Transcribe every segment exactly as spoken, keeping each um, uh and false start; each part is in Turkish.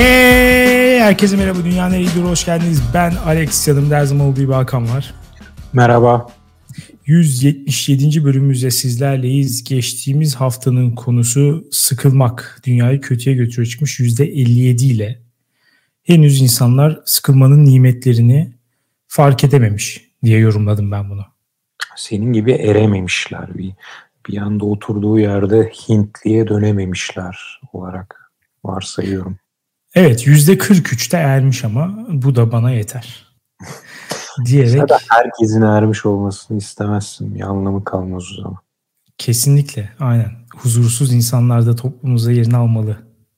Hey! Herkese merhaba. Dünya nereye gidiyor? Hoş geldiniz. Ben Alex. Yanımda her zaman olduğu bir Hakan var. Merhaba. yüz yetmiş yedinci bölümümüzde sizlerleyiz. Geçtiğimiz haftanın konusu sıkılmak. Dünyayı kötüye götürüyor çıkmış yüzde elli yedi ile. Henüz insanlar sıkılmanın nimetlerini fark edememiş diye yorumladım ben bunu. Senin gibi erememişler. Bir, bir anda oturduğu yerde Hintliye dönememişler olarak varsayıyorum. Evet, yüzde kırk üçte ermiş ama bu da bana yeter. Diyerek. Zaten herkesin ermiş olmasını istemezsin. Bir anlamı kalmaz o zaman. Kesinlikle, aynen. Huzursuz insanlar da toplumumuza yerini almalı.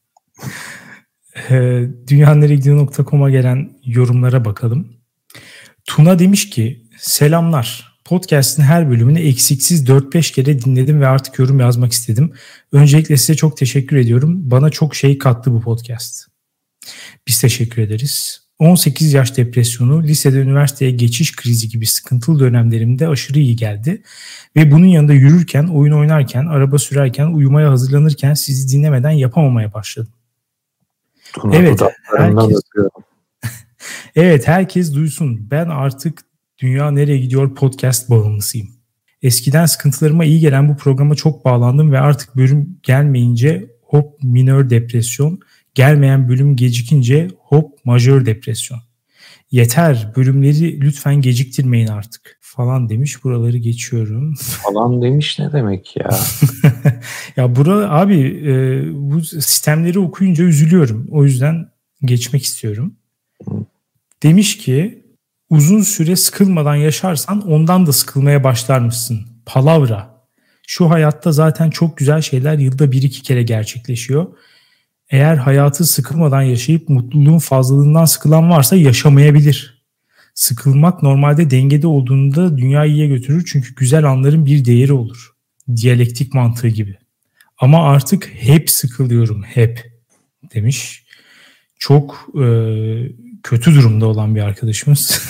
dünya nereye gidiyor nokta com'a gelen yorumlara bakalım. Tuna demiş ki, selamlar. Podcast'in her bölümünü eksiksiz dört beş kere dinledim ve artık yorum yazmak istedim. Öncelikle size çok teşekkür ediyorum. Bana çok şey kattı bu podcast. Biz teşekkür ederiz. on sekiz yaş depresyonu, lisede üniversiteye geçiş krizi gibi sıkıntılı dönemlerimde aşırı iyi geldi. Ve bunun yanında yürürken, oyun oynarken, araba sürerken, uyumaya hazırlanırken sizi dinlemeden yapamamaya başladım. Tuna evet, herkes, bakıyorum. evet, herkes duysun. Ben artık Dünya Nereye Gidiyor podcast bağımlısıyım. Eskiden sıkıntılarıma iyi gelen bu programa çok bağlandım ve artık bölüm gelmeyince hop minör depresyon, gelmeyen bölüm gecikince hop majör depresyon. Yeter, bölümleri lütfen geciktirmeyin artık falan demiş. Buraları geçiyorum. Falan demiş ne demek ya? Ya bura abi e, bu sistemleri okuyunca üzülüyorum. O yüzden geçmek istiyorum. Hı. Demiş ki uzun süre sıkılmadan yaşarsan ondan da sıkılmaya başlarmışsın. Palavra. Şu hayatta zaten çok güzel şeyler yılda bir iki kere gerçekleşiyor. Eğer hayatı sıkılmadan yaşayıp mutluluğun fazlalığından sıkılan varsa yaşamayabilir. Sıkılmak normalde dengede olduğunda dünyayı iyiye götürür çünkü güzel anların bir değeri olur. Diyalektik mantığı gibi. Ama artık hep sıkılıyorum, hep demiş. Çok e, kötü durumda olan bir arkadaşımız.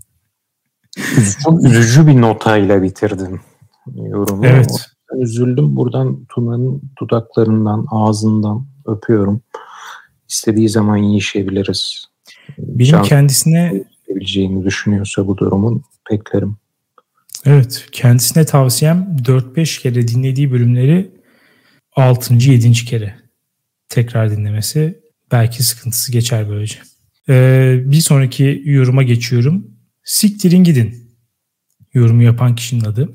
Çok üzücü bir notayla bitirdim yorumu. Evet. Üzüldüm. Buradan Tuna'nın dudaklarından, ağzından öpüyorum. İstediği zaman yiyişebiliriz. Benim Can kendisine yapabileceğini düşünüyorsa bu durumun beklerim. Evet, kendisine tavsiyem dört beş kere dinlediği bölümleri altıncı yedinci kere tekrar dinlemesi. Belki sıkıntısı geçer böylece. Ee, bir sonraki yoruma geçiyorum. Siktirin gidin. Yorumu yapan kişinin adı.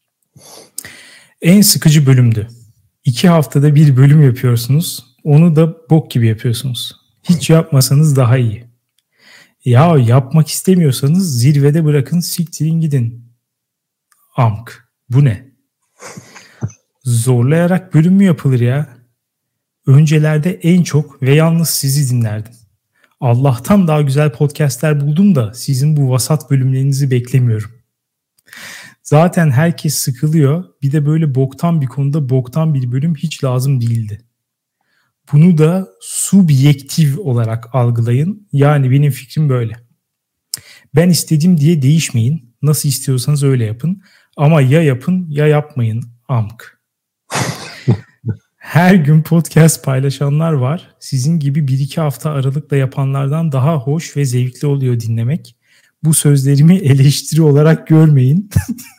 En sıkıcı bölümdü. İki haftada bir bölüm yapıyorsunuz. Onu da bok gibi yapıyorsunuz. Hiç yapmasanız daha iyi. Ya yapmak istemiyorsanız zirvede bırakın, siktirin gidin. Amk. Bu ne? Zorlayarak bölüm mü yapılır ya? Öncelerde en çok ve yalnız sizi dinlerdim. Allah'tan daha güzel podcastler buldum da sizin bu vasat bölümlerinizi beklemiyorum. Zaten herkes sıkılıyor. Bir de böyle boktan bir konuda boktan bir bölüm hiç lazım değildi. Bunu da subjektif olarak algılayın. Yani benim fikrim böyle. Ben istedim diye değişmeyin. Nasıl istiyorsanız öyle yapın. Ama ya yapın ya yapmayın. Amk. Her gün podcast paylaşanlar var. Sizin gibi bir iki hafta aralıkla yapanlardan daha hoş ve zevkli oluyor dinlemek. Bu sözlerimi eleştiri olarak görmeyin.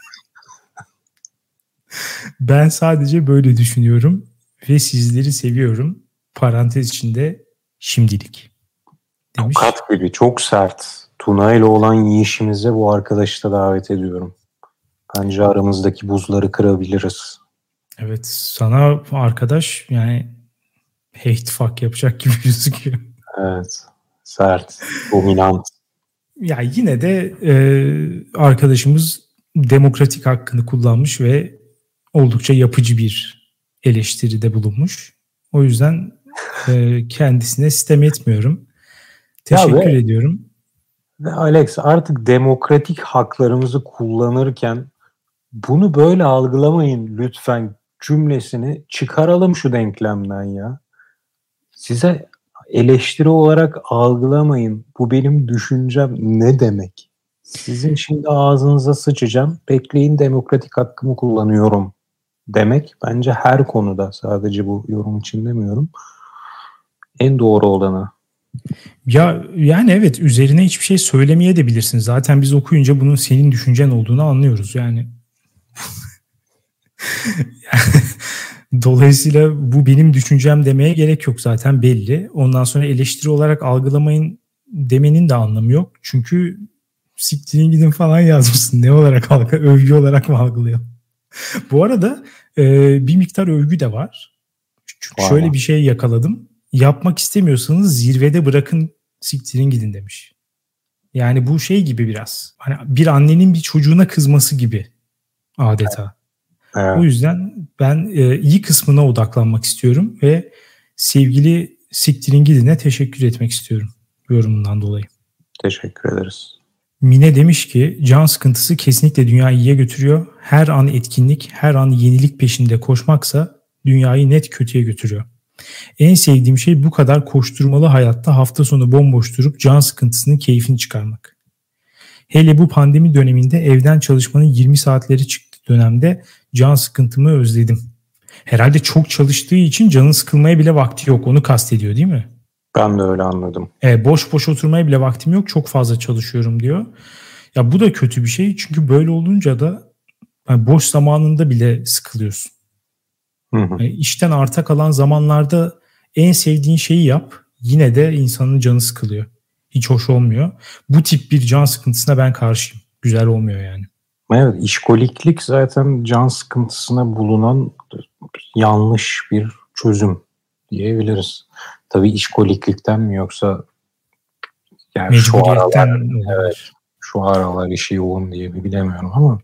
Ben sadece böyle düşünüyorum ve sizleri seviyorum. Parantez içinde şimdilik. Demiş. Tokat gibi çok sert. Tuna ile olan yiyişimize bu arkadaşı da davet ediyorum. Bence aramızdaki buzları kırabiliriz. Evet, sana arkadaş yani hate fuck yapacak gibi gözüküyor. Evet, sert, dominant. Ya yine de e, arkadaşımız demokratik hakkını kullanmış ve oldukça yapıcı bir eleştiride bulunmuş. O yüzden e, kendisine sitem etmiyorum. Teşekkür ve, ediyorum. Ve Alex, artık demokratik haklarımızı kullanırken bunu böyle algılamayın lütfen cümlesini çıkaralım şu denklemden ya. Size eleştiri olarak algılamayın. Bu benim düşüncem ne demek? Sizin şimdi ağzınıza sıçacağım. Bekleyin, demokratik hakkımı kullanıyorum demek. Bence her konuda, sadece bu yorum için demiyorum, en doğru olanı. Ya yani evet, üzerine hiçbir şey söylemeye de bilirsin. Zaten biz okuyunca bunun senin düşüncen olduğunu anlıyoruz yani. Dolayısıyla bu benim düşüncem demeye gerek yok, zaten belli. Ondan sonra eleştiri olarak algılamayın demenin de anlamı yok. Çünkü siktirin gidin falan yazmışsın. Ne olarak algı, övgü olarak mı algılıyor? Bu arada e, bir miktar övgü de var. Çünkü Var şöyle mı? bir şey yakaladım. Yapmak istemiyorsanız zirvede bırakın, siktirin gidin demiş. Yani bu şey gibi biraz. Hani bir annenin bir çocuğuna kızması gibi adeta. Evet. O yüzden ben e, iyi kısmına odaklanmak istiyorum ve sevgili siktirin gidine teşekkür etmek istiyorum yorumundan dolayı. Teşekkür ederiz. Mine demiş ki can sıkıntısı kesinlikle dünyayı iyiye götürüyor. Her an etkinlik, her an yenilik peşinde koşmaksa dünyayı net kötüye götürüyor. En sevdiğim şey bu kadar koşturmalı hayatta hafta sonu bomboş durup can sıkıntısının keyfini çıkarmak. Hele bu pandemi döneminde evden çalışmanın yirmi saatleri çıktı dönemde can sıkıntımı özledim. Herhalde çok çalıştığı için canın sıkılmaya bile vakti yok. Onu kastediyor değil mi? Ben de öyle anladım. E, boş boş oturmaya bile vaktim yok. Çok fazla çalışıyorum diyor. Ya bu da kötü bir şey. Çünkü böyle olunca da yani boş zamanında bile sıkılıyorsun. Hı hı. Yani işten arta kalan zamanlarda en sevdiğin şeyi yap. Yine de insanın canı sıkılıyor. Hiç hoş olmuyor. Bu tip bir can sıkıntısına ben karşıyım. Güzel olmuyor yani. Evet, işkoliklik zaten can sıkıntısına bulunan yanlış bir çözüm diyebiliriz. Tabii işkoliklikten mi yoksa yani şu Mecburiyetten aralar, olabilir. evet, şu aralar işi yoğun diye mi bilemiyorum ama.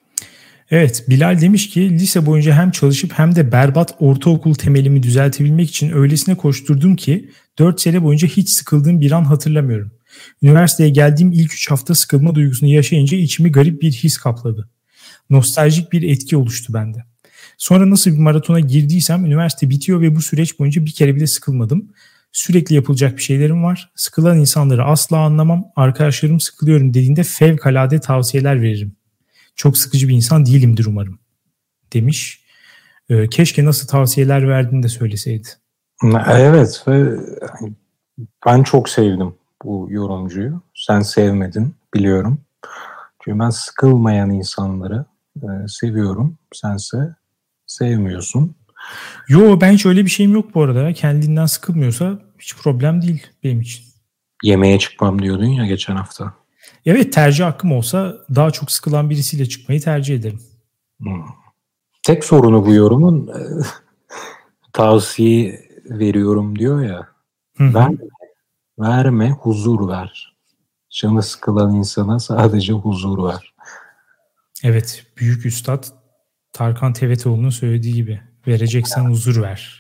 Evet, Bilal demiş ki lise boyunca hem çalışıp hem de berbat ortaokul temelimi düzeltebilmek için öylesine koşturdum ki dört sene boyunca hiç sıkıldığım bir an hatırlamıyorum. Üniversiteye geldiğim ilk üç hafta sıkılma duygusunu yaşayınca içimi garip bir his kapladı. Nostaljik bir etki oluştu bende. Sonra nasıl bir maratona girdiysem üniversite bitiyor ve bu süreç boyunca bir kere bile sıkılmadım. Sürekli yapılacak bir şeylerim var. Sıkılan insanları asla anlamam. Arkadaşlarım sıkılıyorum dediğinde fevkalade tavsiyeler veririm. Çok sıkıcı bir insan değilimdir umarım demiş. Ee, keşke nasıl tavsiyeler verdiğini de söyleseydi. Evet ve ben çok sevdim bu yorumcuyu. Sen sevmedin biliyorum. Çünkü ben sıkılmayan insanları e, seviyorum. Sense sevmiyorsun. Yo, ben hiç öyle bir şeyim yok bu arada. Kendinden sıkılmıyorsa hiç problem değil benim için. Yemeğe çıkmam diyordun ya geçen hafta. Evet, tercih hakkım olsa daha çok sıkılan birisiyle çıkmayı tercih ederim. Hmm. Tek sorunu bu yorumun e, tavsiye veriyorum diyor ya. Hı hı. Verme, verme, huzur ver. Canı sıkılan insana sadece huzur ver. Evet, büyük üstad Tarkan Tevetoğlu'nun söylediği gibi vereceksen huzur ver.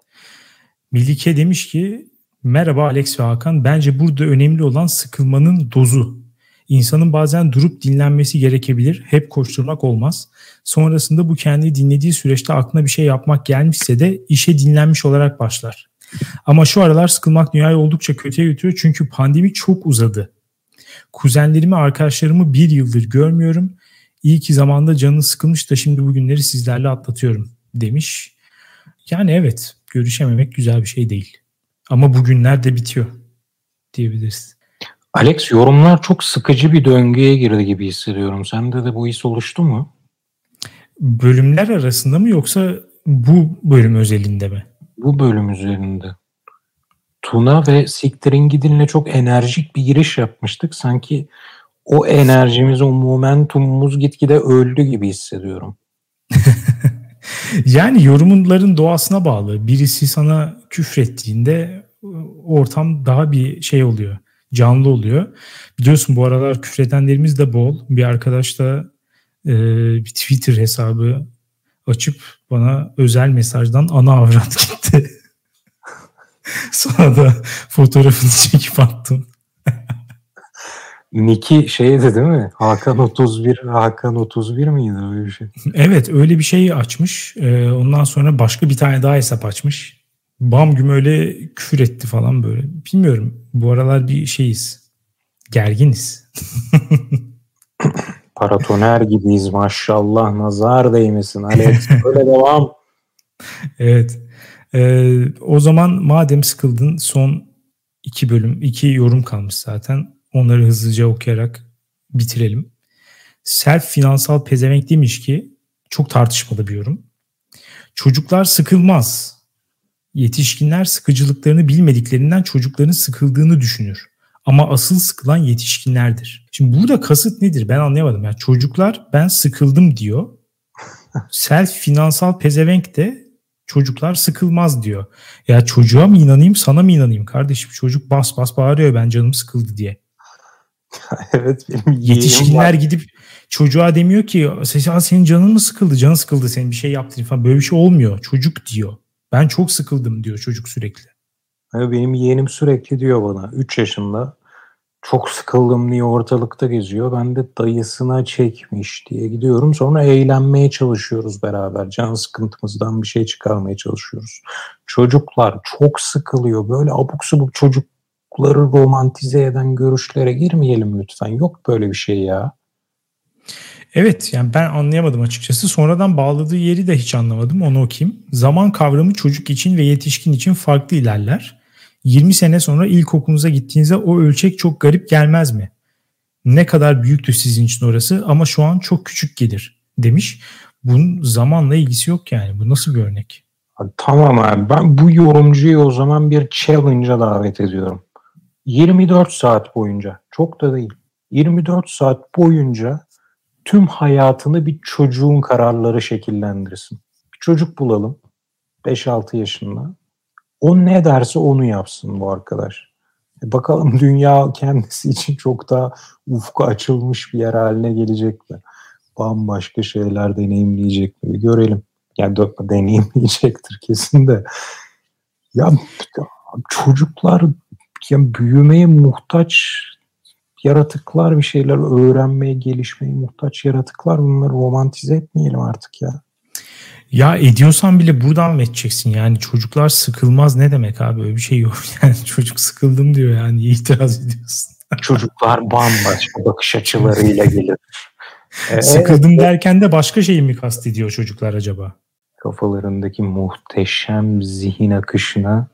Melike demiş ki merhaba Alex ve Hakan, bence burada önemli olan sıkılmanın dozu. İnsanın bazen durup dinlenmesi gerekebilir. Hep koşturmak olmaz. Sonrasında bu kendi dinlediği süreçte aklına bir şey yapmak gelmişse de işe dinlenmiş olarak başlar. Ama şu aralar sıkılmak dünyayı oldukça kötüye götürüyor çünkü pandemi çok uzadı. Kuzenlerimi, arkadaşlarımı bir yıldır görmüyorum. İyi ki zamanında canı sıkılmış da şimdi bu günleri sizlerle atlatıyorum demiş. Yani evet, görüşememek güzel bir şey değil. Ama bugünler de bitiyor diyebiliriz. Alex, yorumlar çok sıkıcı bir döngüye girdi gibi hissediyorum. Sende de bu his oluştu mu? Bölümler arasında mı yoksa bu bölüm özelinde mi? Bu bölüm üzerinde. Tuna ve Siktirin Gidin'le çok enerjik bir giriş yapmıştık. Sanki o enerjimiz, o momentumumuz gitgide öldü gibi hissediyorum. Yani yorumların doğasına bağlı. Birisi sana küfrettiğinde ortam daha bir şey oluyor. Canlı oluyor. Biliyorsun bu aralar küfredenlerimiz de bol. Bir arkadaş da e, bir Twitter hesabı açıp bana özel mesajdan ana avrat gitti. Sonra da fotoğrafını çekip attım. Niki şeydi değil mi? Hakan otuz bir, Hakan otuz bir miydi öyle bir şey? Evet, öyle bir şey açmış. Ee, ondan sonra başka bir tane daha hesap açmış. Bam güm öyle küfür etti falan böyle. Bilmiyorum. Bu aralar bir şeyiz. Gerginiz. Paratoner gibiyiz maşallah, nazar değmesin Alex. Böyle devam. Evet. Ee, o zaman madem sıkıldın son iki bölüm, iki yorum kalmış zaten. Onları hızlıca okuyarak bitirelim. Self finansal pezevenk demiş ki, çok tartışmalı bir yorum. Çocuklar sıkılmaz. Yetişkinler sıkıcılıklarını bilmediklerinden çocukların sıkıldığını düşünür. Ama asıl sıkılan yetişkinlerdir. Şimdi burada kasıt nedir? Ben anlayamadım. Yani çocuklar ben sıkıldım diyor. Self finansal pezevenk de çocuklar sıkılmaz diyor. Ya çocuğa mı inanayım, sana mı inanayım kardeşim? Çocuk bas bas bağırıyor ben canım sıkıldı diye. Evet, benim yetişkinler gidip çocuğa demiyor ki senin canın mı sıkıldı? Canın sıkıldı, senin bir şey yaptın falan. Böyle bir şey olmuyor. Çocuk diyor. Ben çok sıkıldım diyor çocuk sürekli. Benim yeğenim sürekli diyor bana, üç yaşında. Çok sıkıldım diye ortalıkta geziyor. Ben de dayısına çekmiş diye gidiyorum. Sonra eğlenmeye çalışıyoruz beraber. Can sıkıntımızdan bir şey çıkarmaya çalışıyoruz. Çocuklar çok sıkılıyor. Böyle abuk subuk çocukları romantize eden görüşlere girmeyelim lütfen. Yok böyle bir şey ya. Evet, yani ben anlayamadım açıkçası. Sonradan bağladığı yeri de hiç anlamadım. Onu okuyayım. Zaman kavramı çocuk için ve yetişkin için farklı ilerler. yirmi sene sonra ilkokulunuza gittiğinizde o ölçek çok garip gelmez mi? Ne kadar büyüktü sizin için orası ama şu an çok küçük gelir demiş. Bunun zamanla ilgisi yok yani. Bu nasıl bir örnek? Abi, tamam abi, ben bu yorumcuyu o zaman bir challenge'a davet ediyorum. yirmi dört saat boyunca, çok da değil, yirmi dört saat boyunca tüm hayatını bir çocuğun kararları şekillendirsin. Bir çocuk bulalım beş altı yaşında. O ne derse onu yapsın bu arkadaş. E bakalım dünya kendisi için çok daha ufku açılmış bir yer haline gelecek mi? Bambaşka şeyler deneyimleyecek mi? Bir görelim. Yani deneyimleyecektir kesin de. Ya çocuklar ya büyümeye muhtaç yaratıklar, bir şeyler öğrenmeye, gelişmeye muhtaç yaratıklar. Bunları romantize etmeyelim artık ya. Ya ediyorsan bile buradan mı edeceksin? Yani çocuklar sıkılmaz ne demek abi? Öyle bir şey yok. Yani çocuk sıkıldım diyor yani. Niye itiraz ediyorsun? Çocuklar bambaşka bakış açılarıyla gelir. Ee, Sıkıldım derken de başka şeyi mi kastediyor çocuklar acaba? Kafalarındaki muhteşem zihin akışına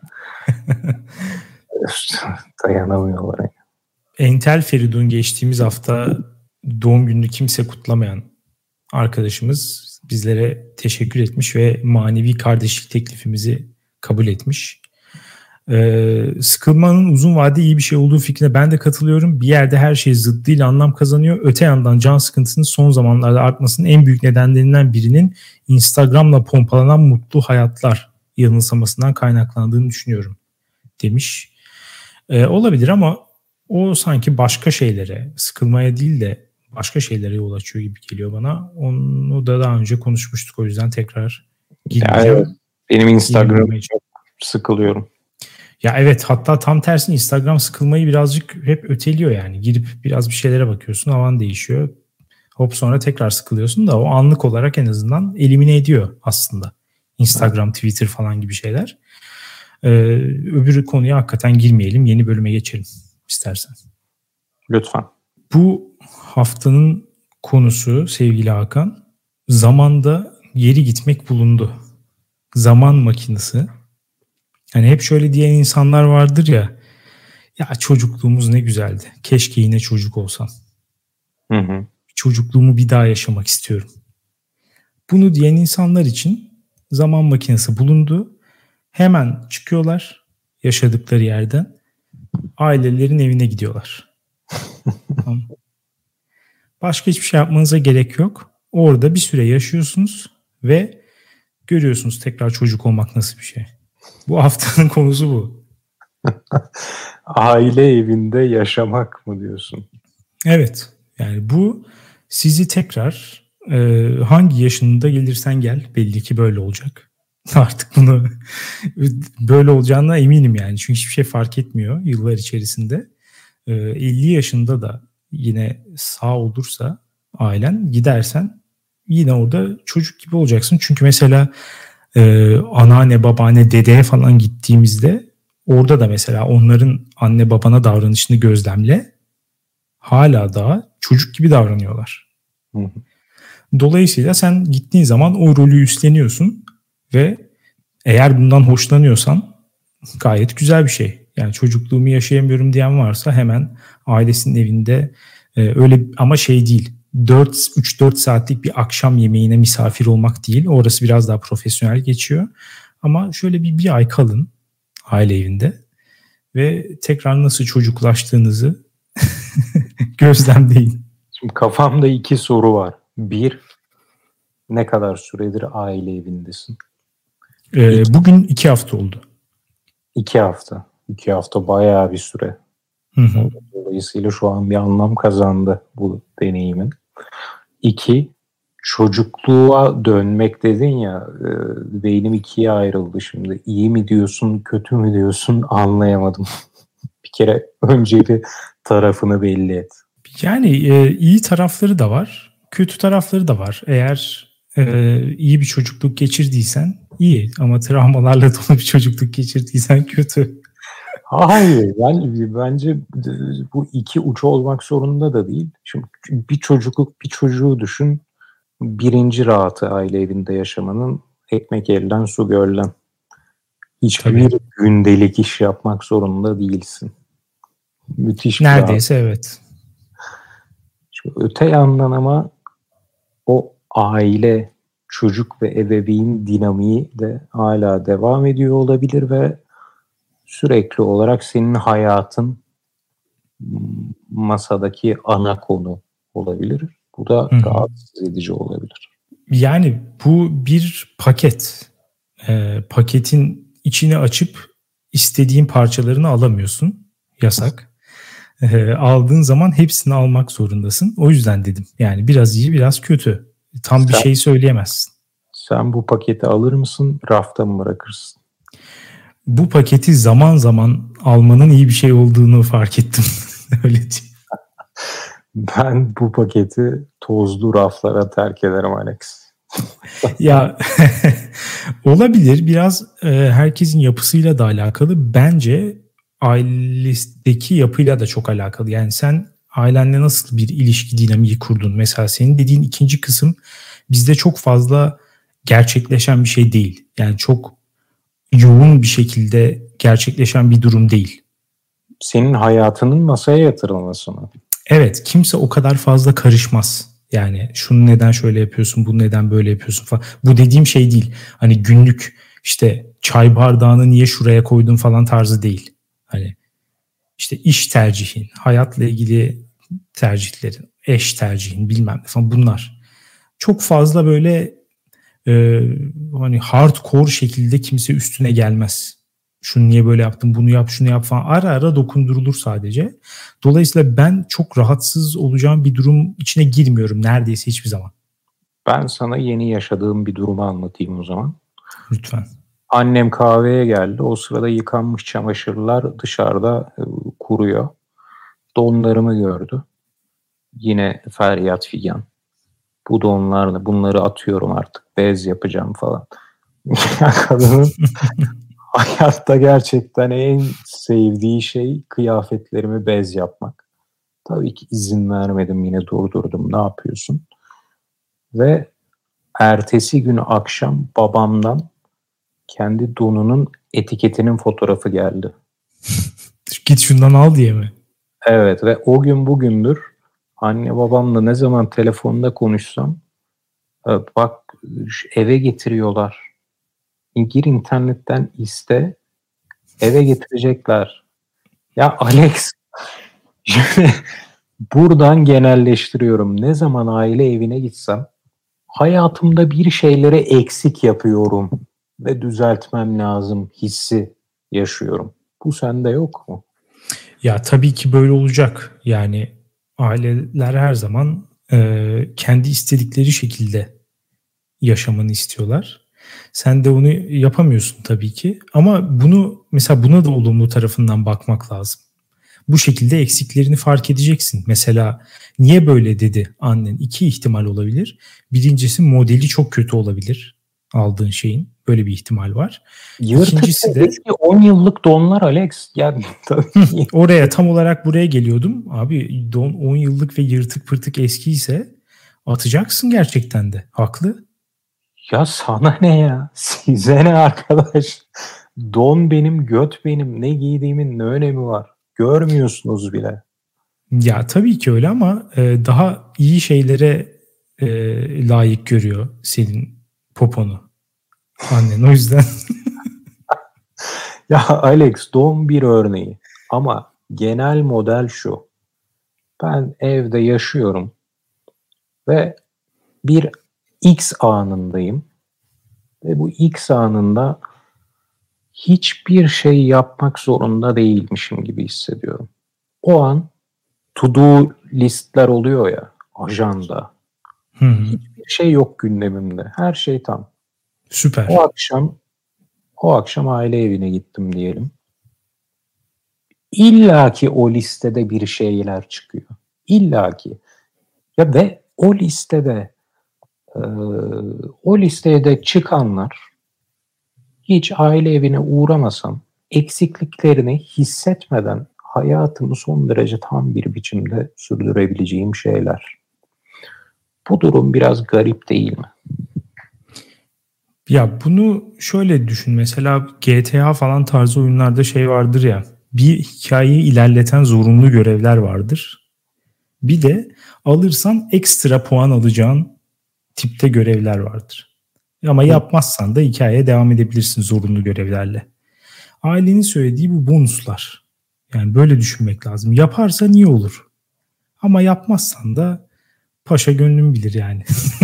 dayanamıyorlar. Yani. Entel Feridun geçtiğimiz hafta doğum gününü kimse kutlamayan arkadaşımız bizlere teşekkür etmiş ve manevi kardeşlik teklifimizi kabul etmiş. Ee, sıkılmanın uzun vadede iyi bir şey olduğu fikrine ben de katılıyorum. Bir yerde her şey zıddıyla anlam kazanıyor. Öte yandan can sıkıntısının son zamanlarda artmasının en büyük nedenlerinden birinin Instagram'la pompalanan mutlu hayatlar yanılsamasından kaynaklandığını düşünüyorum demiş. Ee, olabilir ama o sanki başka şeylere, sıkılmaya değil de başka şeylere yol açıyor gibi geliyor bana. Onu da daha önce konuşmuştuk, o yüzden tekrar girmeyeceğim. Evet, benim Instagram'da çok sıkılıyorum. Ya evet, hatta tam tersine Instagram sıkılmayı birazcık hep öteliyor yani. Girip biraz bir şeylere bakıyorsun, havan değişiyor. Hop sonra tekrar sıkılıyorsun da o anlık olarak en azından elimine ediyor aslında. Instagram, Twitter falan gibi şeyler. Ee, öbür konuya hakikaten girmeyelim. Yeni bölüme geçelim istersen. Lütfen. Bu haftanın konusu sevgili Hakan, zamanda geri gitmek bulundu. Zaman makinesi. Hani hep şöyle diyen insanlar vardır ya, ya çocukluğumuz ne güzeldi. Keşke yine çocuk olsam. Hı hı. Çocukluğumu bir daha yaşamak istiyorum. Bunu diyen insanlar için zaman makinesi bulundu. Hemen çıkıyorlar yaşadıkları yerden. Ailelerin evine gidiyorlar. Tamam. Başka hiçbir şey yapmanıza gerek yok. Orada bir süre yaşıyorsunuz ve görüyorsunuz tekrar çocuk olmak nasıl bir şey. Bu haftanın konusu bu. Aile evinde yaşamak mı diyorsun? Evet. Yani bu sizi tekrar e, hangi yaşında gelirsen gel, belli ki böyle olacak. Artık bunu böyle olacağına eminim yani. Çünkü hiçbir şey fark etmiyor yıllar içerisinde. E, elli yaşında da yine sağ olursa ailen, gidersen yine orada çocuk gibi olacaksın. Çünkü mesela e, anneanne, babaanne, dedeye falan gittiğimizde orada da mesela onların anne babana davranışını gözlemle, hala daha çocuk gibi davranıyorlar. Hı hı. Dolayısıyla sen gittiğin zaman o rolü üstleniyorsun ve eğer bundan hoşlanıyorsan gayet güzel bir şey. Yani çocukluğumu yaşayamıyorum diyen varsa hemen ailesinin evinde e, öyle ama şey değil. üç dört saatlik bir akşam yemeğine misafir olmak değil. Orası biraz daha profesyonel geçiyor. Ama şöyle bir bir ay kalın aile evinde ve tekrar nasıl çocuklaştığınızı gözlemleyin. Şimdi kafamda iki soru var. Bir, ne kadar süredir aile evindesin? Ee, bugün iki hafta oldu. İki hafta. İki hafta bayağı bir süre. Hı hı. Dolayısıyla şu an bir anlam kazandı bu deneyimin. İki, çocukluğa dönmek dedin ya, e, beynim ikiye ayrıldı şimdi. İyi mi diyorsun, kötü mü diyorsun anlayamadım. Bir kere önce bir tarafını belli et. Yani e, iyi tarafları da var, kötü tarafları da var. Eğer e, iyi bir çocukluk geçirdiysen iyi ama travmalarla dolu bir çocukluk geçirdiysen kötü. Hayır, yani bence bu iki uç olmak zorunda da değil. Şimdi bir çocukluk, bir çocuğu düşün. Birinci rahatı aile evinde yaşamanın ekmek elden su gölden. Hiçbir Tabii. gündelik iş yapmak zorunda değilsin. Müthiş bir Neredeyse rahat. Evet. Şimdi öte yandan ama o aile, çocuk ve ebeveyn dinamiği de hala devam ediyor olabilir ve sürekli olarak senin hayatın masadaki ana konu olabilir. Bu da Hı-hı. rahatsız edici olabilir. Yani bu bir paket. E, paketin içini açıp istediğin parçalarını alamıyorsun. Yasak. E, aldığın zaman hepsini almak zorundasın. O yüzden dedim. Yani biraz iyi, biraz kötü. Tam sen, bir şey söyleyemezsin. Sen bu paketi alır mısın, rafta mı bırakırsın? Bu paketi zaman zaman almanın iyi bir şey olduğunu fark ettim. Öyle diyeyim. Ben bu paketi tozlu raflara terk ederim Alex. Ya olabilir. Biraz e, herkesin yapısıyla da alakalı. Bence ailedeki yapıyla da çok alakalı. Yani sen ailenle nasıl bir ilişki dinamiği kurdun? Mesela senin dediğin ikinci kısım bizde çok fazla gerçekleşen bir şey değil. Yani çok yoğun bir şekilde gerçekleşen bir durum değil. Senin hayatının masaya yatırılması mı? Evet, kimse o kadar fazla karışmaz. Yani şunu neden şöyle yapıyorsun, bunu neden böyle yapıyorsun falan. Bu dediğim şey değil. Hani günlük işte çay bardağını niye şuraya koydun falan tarzı değil. Hani işte iş tercihin, hayatla ilgili tercihlerin, eş tercihin bilmem ne falan bunlar. Çok fazla böyle e, hani hardcore şekilde kimse üstüne gelmez. Şunu niye böyle yaptın, bunu yap, şunu yap falan. Ara ara dokundurulur sadece. Dolayısıyla ben çok rahatsız olacağım bir durum içine girmiyorum neredeyse hiçbir zaman. Ben sana yeni yaşadığım bir durumu anlatayım o zaman. Lütfen. Annem kahveye geldi. O sırada yıkanmış çamaşırlar dışarıda e, kuruyor. Donlarımı gördü. Yine feryat figan. Bu donlarla bunları atıyorum artık. Bez yapacağım falan. Kadının hayatta gerçekten en sevdiği şey kıyafetlerimi bez yapmak. Tabii ki izin vermedim, yine durdurdum. Ne yapıyorsun? Ve ertesi günü akşam babamdan kendi donunun etiketinin fotoğrafı geldi. Git şundan al diye mi? Evet ve o gün bugündür anne babamla ne zaman telefonda konuşsam bak eve getiriyorlar. Gir internetten iste, eve getirecekler. Ya Alex, buradan genelleştiriyorum. Ne zaman aile evine gitsem hayatımda bir şeyleri eksik yapıyorum ve düzeltmem lazım hissi yaşıyorum. Bu sende yok mu? Ya tabii ki böyle olacak. Yani aileler her zaman e, kendi istedikleri şekilde yaşamanı istiyorlar. Sen de onu yapamıyorsun tabii ki. Ama bunu mesela buna da olumlu tarafından bakmak lazım. Bu şekilde eksiklerini fark edeceksin. Mesela niye böyle dedi annen? İki ihtimal olabilir. Birincisi modeli çok kötü olabilir aldığın şeyin. Böyle bir ihtimal var. Yırtık İkincisi de eski on yıllık donlar Alex. Yani, oraya tam olarak buraya geliyordum. Abi don on yıllık ve yırtık pırtık eskiyse atacaksın gerçekten de. Haklı. Ya sana ne ya? Size ne arkadaş? Don benim, göt benim. Ne giydiğimin ne önemi var? Görmüyorsunuz bile. Ya tabii ki öyle ama e, daha iyi şeylere e, layık görüyor senin poponu. Annen o yüzden. Ya Alex, don bir örneği. Ama genel model şu. Ben evde yaşıyorum ve bir X anındayım. Ve bu X anında hiçbir şey yapmak zorunda değilmişim gibi hissediyorum. O an to-do listler oluyor ya, ajanda. Hı hı. Hiçbir şey yok gündemimde. Her şey tam. Süper. O akşam o akşam aile evine gittim diyelim. İlla ki o listede bir şeyler çıkıyor. İlla ki. Ya ve o listede e, o listeye de çıkanlar hiç aile evine uğramasam eksikliklerini hissetmeden hayatımı son derece tam bir biçimde sürdürebileceğim şeyler. Bu durum biraz garip değil mi? Ya bunu şöyle düşün. Mesela G T A falan tarzı oyunlarda şey vardır ya. Bir hikayeyi ilerleten zorunlu görevler vardır. Bir de alırsan ekstra puan alacağın tipte görevler vardır. Ama yapmazsan da hikayeye devam edebilirsin zorunlu görevlerle. Ailenin söylediği bu bonuslar. Yani böyle düşünmek lazım. Yaparsan iyi olur. Ama yapmazsan da paşa gönlüm bilir yani.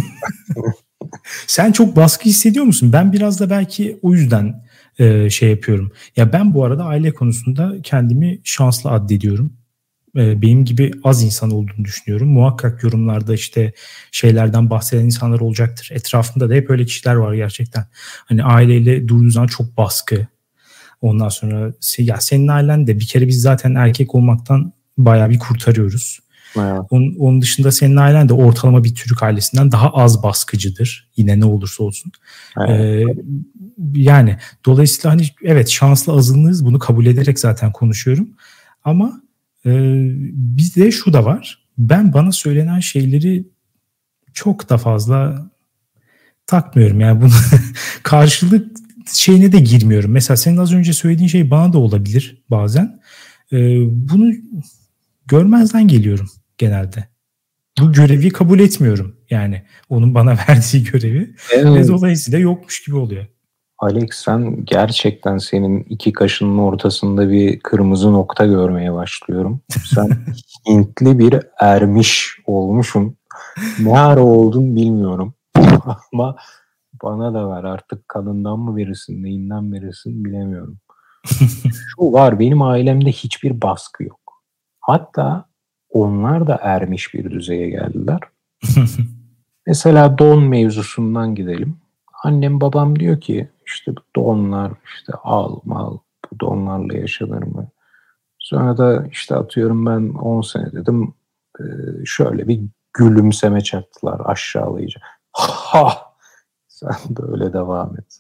Sen çok baskı hissediyor musun? Ben biraz da belki o yüzden e, şey yapıyorum. Ya ben bu arada aile konusunda kendimi şanslı addediyorum. E, benim gibi az insan olduğunu düşünüyorum. Muhakkak yorumlarda işte şeylerden bahseden insanlar olacaktır. Etrafımda da hep öyle kişiler var gerçekten. Hani aileyle durduğu zaman çok baskı. Ondan sonra ya senin ailen de bir kere biz zaten erkek olmaktan bayağı bir kurtarıyoruz. Evet. Onun, onun dışında senin ailen de ortalama bir Türk ailesinden daha az baskıcıdır. Yine ne olursa olsun. Evet. Ee, yani dolayısıyla hani evet şanslı azınlığız, bunu kabul ederek zaten konuşuyorum. Ama e, bizde şu da var. Ben bana söylenen şeyleri çok da fazla takmıyorum. Yani bunu karşılık şeyine de girmiyorum. Mesela senin az önce söylediğin şey bana da olabilir bazen. Ee, bunu görmezden geliyorum genelde. Bu görevi kabul etmiyorum. Yani onun bana verdiği görevi. Evet. Ve dolayısıyla yokmuş gibi oluyor. Alex, sen gerçekten senin iki kaşının ortasında bir kırmızı nokta görmeye başlıyorum. Sen Hintli bir ermiş olmuşsun. Ne ara oldun bilmiyorum. Ama bana da ver artık, kanından mı verirsin, neyinden verirsin bilemiyorum. Şu var, benim ailemde hiçbir baskı yok. Hatta onlar da ermiş bir düzeye geldiler. Mesela don mevzusundan gidelim. Annem babam diyor ki işte bu donlar işte al mal, bu donlarla yaşanır mı? Sonra da işte atıyorum ben on sene dedim, şöyle bir gülümseme çaktılar aşağılayıcı. Ha! Sen böyle devam et.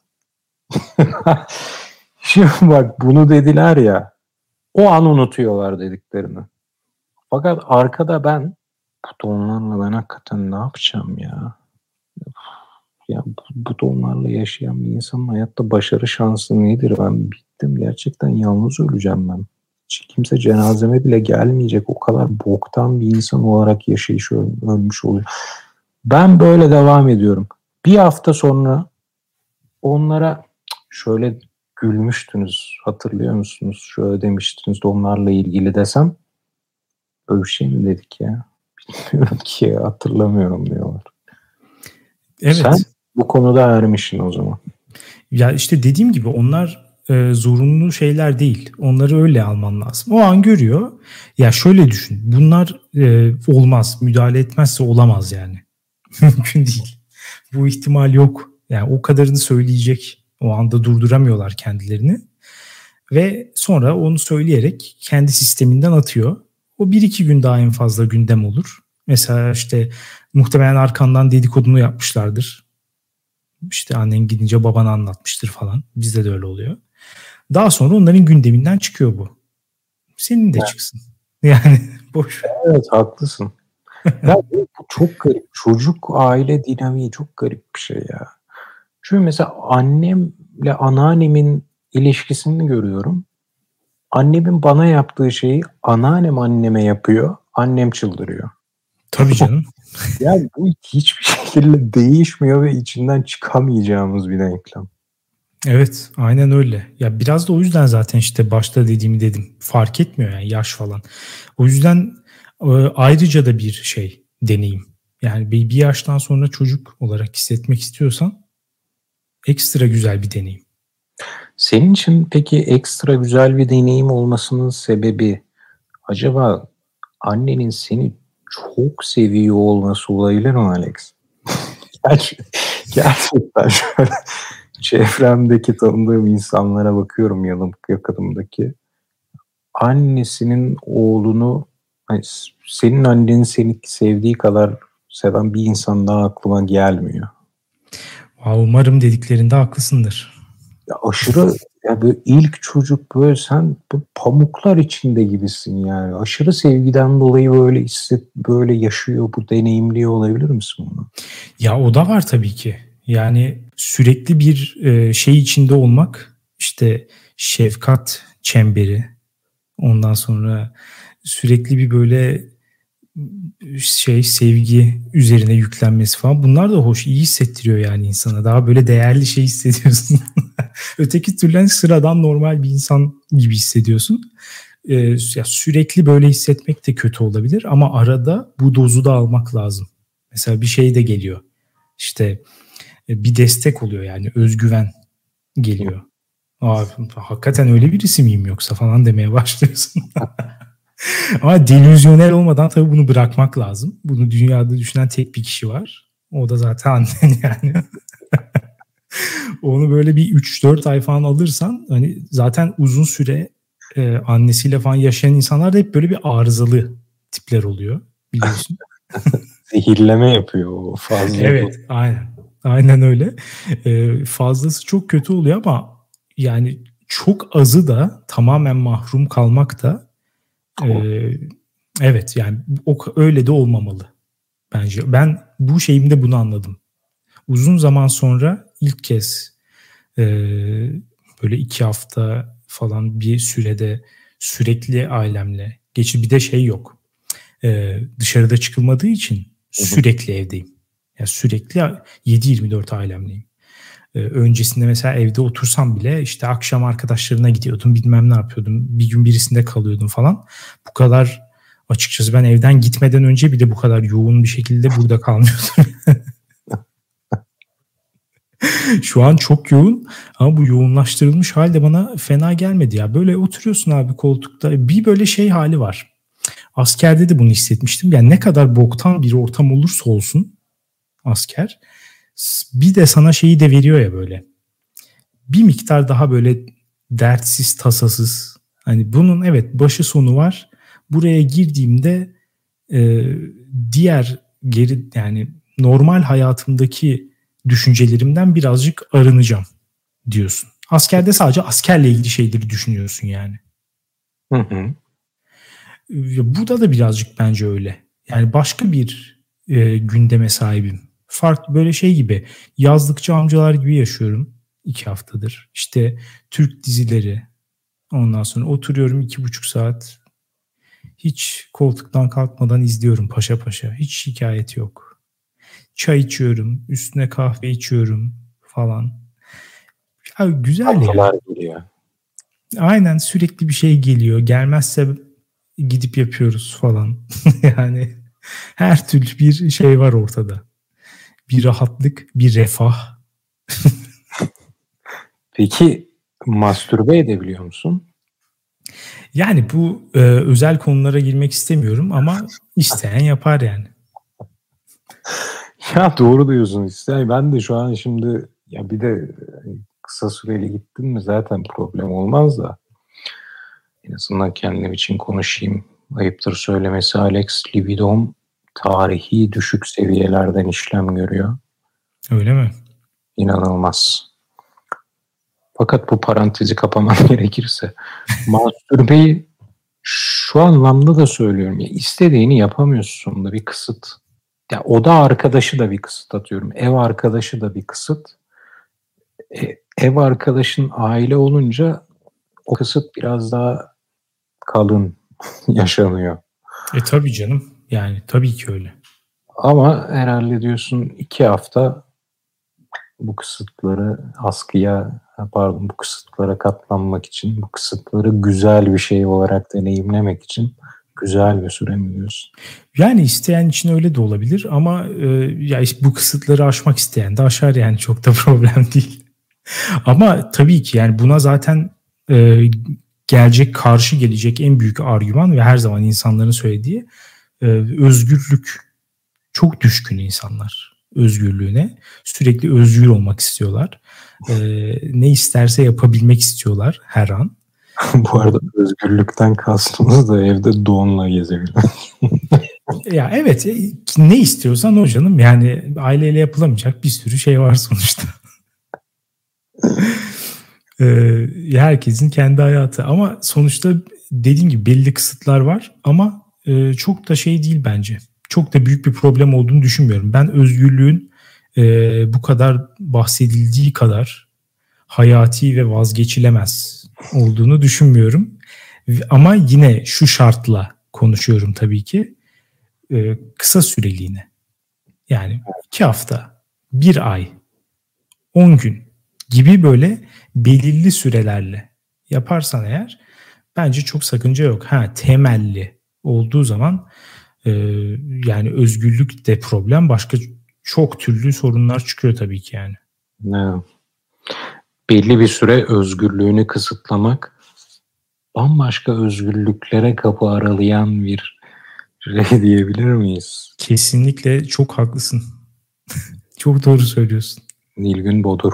Şimdi bak, bunu dediler ya, o an unutuyorlar dediklerini. Fakat arkada ben bu donlarla ben hakikaten ne yapacağım ya? Ya bu, bu donlarla yaşayan bir insanın hayatta başarı şansı nedir? Ben bittim. Gerçekten yalnız öleceğim ben. Hiç kimse cenazeme bile gelmeyecek. O kadar boktan bir insan olarak yaşayış öl- ölmüş oluyor. Ben böyle devam ediyorum. Bir hafta sonra onlara şöyle gülmüştünüz, hatırlıyor musunuz? Şöyle demiştiniz donlarla ilgili desem, böyle bir şey mi dedik ya? Bilmiyorum ki, hatırlamıyorum diyorlar. Evet. Sen bu konuda ermişsin o zaman. Ya işte dediğim gibi onlar e, zorunlu şeyler değil. Onları öyle alman lazım. O an görüyor. Ya şöyle düşün. Bunlar e, olmaz. Müdahale etmezse olamaz yani. Mümkün değil. Bu ihtimal yok. Yani o kadarını söyleyecek. O anda durduramıyorlar kendilerini. Ve sonra onu söyleyerek kendi sisteminden atıyor. O bir iki gün daha en fazla gündem olur. Mesela işte muhtemelen arkandan dedikodunu yapmışlardır. İşte annen gidince babana anlatmıştır falan. Bizde de öyle oluyor. Daha sonra onların gündeminden çıkıyor bu. Senin de evet. Çıksın. Yani boş. Evet, haklısın. Ya bu çok garip. Çocuk aile dinamiği çok garip bir şey ya. Çünkü mesela annemle anneannemin ilişkisini görüyorum. Annemin bana yaptığı şeyi anneannem anneme yapıyor. Annem çıldırıyor. Tabii canım. Yani bu hiçbir şekilde değişmiyor ve içinden çıkamayacağımız bir denklem. Evet, aynen öyle. Ya biraz da o yüzden zaten işte başta dediğimi dedim. Fark etmiyor yani yaş falan. O yüzden e, ayrıca da bir şey, deneyim. Yani bir, bir yaştan sonra çocuk olarak hissetmek istiyorsan ekstra güzel bir deneyim. Senin için peki ekstra güzel bir deneyim olmasının sebebi acaba annenin seni çok seviyor olması olabilir mi Alex? Gerçekten şöyle çevremdeki tanıdığım insanlara bakıyorum, yanım yakınımdaki. Annesinin oğlunu, hani senin annenin seni sevdiği kadar seven bir insan daha aklıma gelmiyor. Umarım dediklerinde haklısındır. Ya aşırı, ya böyle ilk çocuk, böyle sen bu pamuklar içinde gibisin yani. Aşırı sevgiden dolayı böyle hisset, böyle yaşıyor, bu deneyimliyor olabilir misin bunu? Ya o da var tabii ki. Yani sürekli bir e, şey içinde olmak, işte şefkat çemberi, ondan sonra sürekli bir böyle şey sevgi üzerine yüklenmesi falan, bunlar da hoş, iyi hissettiriyor yani insana. Daha böyle değerli şey hissediyorsun. Öteki türlü sıradan normal bir insan gibi hissediyorsun. Ee, ya sürekli böyle hissetmek de kötü olabilir ama arada bu dozu da almak lazım. Mesela bir şey de geliyor. İşte bir destek oluyor, yani özgüven geliyor. Aa, hakikaten öyle birisi miyim yoksa falan demeye başlıyorsun. Ama delüzyonel olmadan tabii bunu bırakmak lazım. Bunu dünyada düşünen tek bir kişi var. O da zaten annen yani. Onu böyle bir üç dört ay falan alırsan, hani zaten uzun süre e, annesiyle falan yaşayan insanlar da hep böyle bir arızalı tipler oluyor, biliyorsun. Zehirleme yapıyor o fazla. Evet, aynen. Aynen öyle. E, fazlası çok kötü oluyor ama yani çok azı da tamamen mahrum kalmak da e, evet, yani o öyle de olmamalı bence. Ben bu şeyimde bunu anladım. Uzun zaman sonra ilk kez e, böyle iki hafta falan bir sürede sürekli ailemle geçi, bir de şey yok. E, dışarıda çıkılmadığı için sürekli evdeyim. Yani sürekli yedi yirmi dört ailemleyim. E, öncesinde mesela evde otursam bile işte akşam arkadaşlarına gidiyordum, bilmem ne yapıyordum. Bir gün birisinde kalıyordum falan. Bu kadar, açıkçası ben evden gitmeden önce bile bu kadar yoğun bir şekilde burada kalmıyordum. Şu an çok yoğun ama bu yoğunlaştırılmış halde bana fena gelmedi ya. Böyle oturuyorsun abi koltukta, bir böyle şey hali var. Askerde de bunu hissetmiştim. Yani ne kadar boktan bir ortam olursa olsun asker, bir de sana şeyi de veriyor ya, böyle bir miktar daha böyle dertsiz, tasasız. Hani bunun evet başı sonu var. Buraya girdiğimde e, diğer geri, yani normal hayatımdaki düşüncelerimden birazcık arınacağım diyorsun. Askerde sadece askerle ilgili şeyleri düşünüyorsun yani. Hı hı. Burada da birazcık bence öyle. Yani başka bir e, gündeme sahibim. Farklı böyle şey gibi, yazlıkçı amcalar gibi yaşıyorum iki haftadır. İşte Türk dizileri, ondan sonra oturuyorum iki buçuk saat. Hiç koltuktan kalkmadan izliyorum paşa paşa. Hiç şikayet yok. Çay içiyorum, üstüne kahve içiyorum falan. Ya güzel Tatlılar ya. geliyor. Aynen, sürekli bir şey geliyor. Gelmezse gidip yapıyoruz falan. Yani her türlü bir şey var ortada. Bir rahatlık, bir refah. Peki mastürbe edebiliyor musun? Yani bu e, özel konulara girmek istemiyorum ama isteyen yapar yani. Ya doğru diyorsun işte. Ben de şu an şimdi, ya bir de kısa süreli gittin mi zaten problem olmaz da, en azından kendim için konuşayım. Ayıptır söylemesi Alex, libidom tarihi düşük seviyelerden işlem görüyor. Öyle mi? İnanılmaz. Fakat bu parantezi kapamam gerekirse, mastürbeyi şu anlamda da söylüyorum. Ya istediğini yapamıyorsun, sonunda bir kısıt. Ya oda arkadaşı da bir kısıt, atıyorum. Ev arkadaşı da bir kısıt. E, ev arkadaşın aile olunca o kısıt biraz daha kalın yaşanıyor. E tabii canım. Yani tabii ki öyle. Ama herhalde diyorsun iki hafta bu kısıtları askıya, pardon bu kısıtlara katlanmak için, bu kısıtları güzel bir şey olarak deneyimlemek için güzel bir süre mi diyorsun? Yani isteyen için öyle de olabilir ama e, ya işte bu kısıtları aşmak isteyen de aşar yani çok da problem değil. Ama tabii ki yani buna zaten e, gelecek karşı gelecek en büyük argüman ve her zaman insanların söylediği e, özgürlük. Çok düşkün insanlar özgürlüğüne. Sürekli özgür olmak istiyorlar. E, ne isterse yapabilmek istiyorlar her an. Bu arada özgürlükten kastımız da evde donla gezebilmek. Ya evet ne istiyorsan o canım yani aileyle yapılamayacak bir sürü şey var sonuçta. Ee, herkesin kendi hayatı ama sonuçta dediğim gibi belli kısıtlar var ama e, çok da şey değil bence. Çok da büyük bir problem olduğunu düşünmüyorum. Ben özgürlüğün e, bu kadar bahsedildiği kadar hayati ve vazgeçilemez olduğunu düşünmüyorum. Ama yine şu şartla konuşuyorum tabii ki. E, kısa süreliğine. Yani iki hafta, bir ay, on gün gibi böyle belirli sürelerle yaparsan eğer bence çok sakınca yok. Ha temelli olduğu zaman e, yani özgürlük de problem. Başka çok türlü sorunlar çıkıyor tabii ki yani. Ne? Belli bir süre özgürlüğünü kısıtlamak bambaşka özgürlüklere kapı aralayan bir şey diyebilir miyiz? Kesinlikle çok haklısın. Çok doğru söylüyorsun. Nilgün Bodur.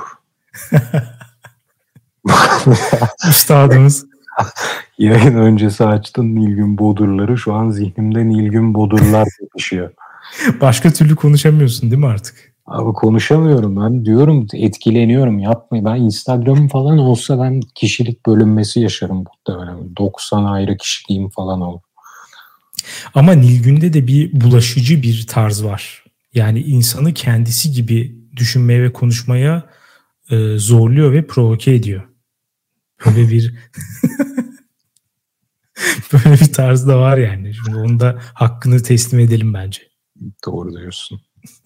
Üstadımız. Yayın öncesi açtın Nilgün Bodurları. Şu an zihnimde Nilgün Bodurlar yapışıyor. Başka türlü konuşamıyorsun değil mi artık? Abi konuşamıyorum ben. Diyorum etkileniyorum. Yapmayın. Ben Instagram falan olsa ben kişilik bölünmesi yaşarım muhtemelen. doksan ayrı kişiliğim falan olur. Ama Nilgün'de de bir bulaşıcı bir tarz var. Yani insanı kendisi gibi düşünmeye ve konuşmaya e, zorluyor ve provoke ediyor. Böyle bir böyle bir tarz da var yani. Şimdi onu da hakkını teslim edelim bence. Doğru diyorsun.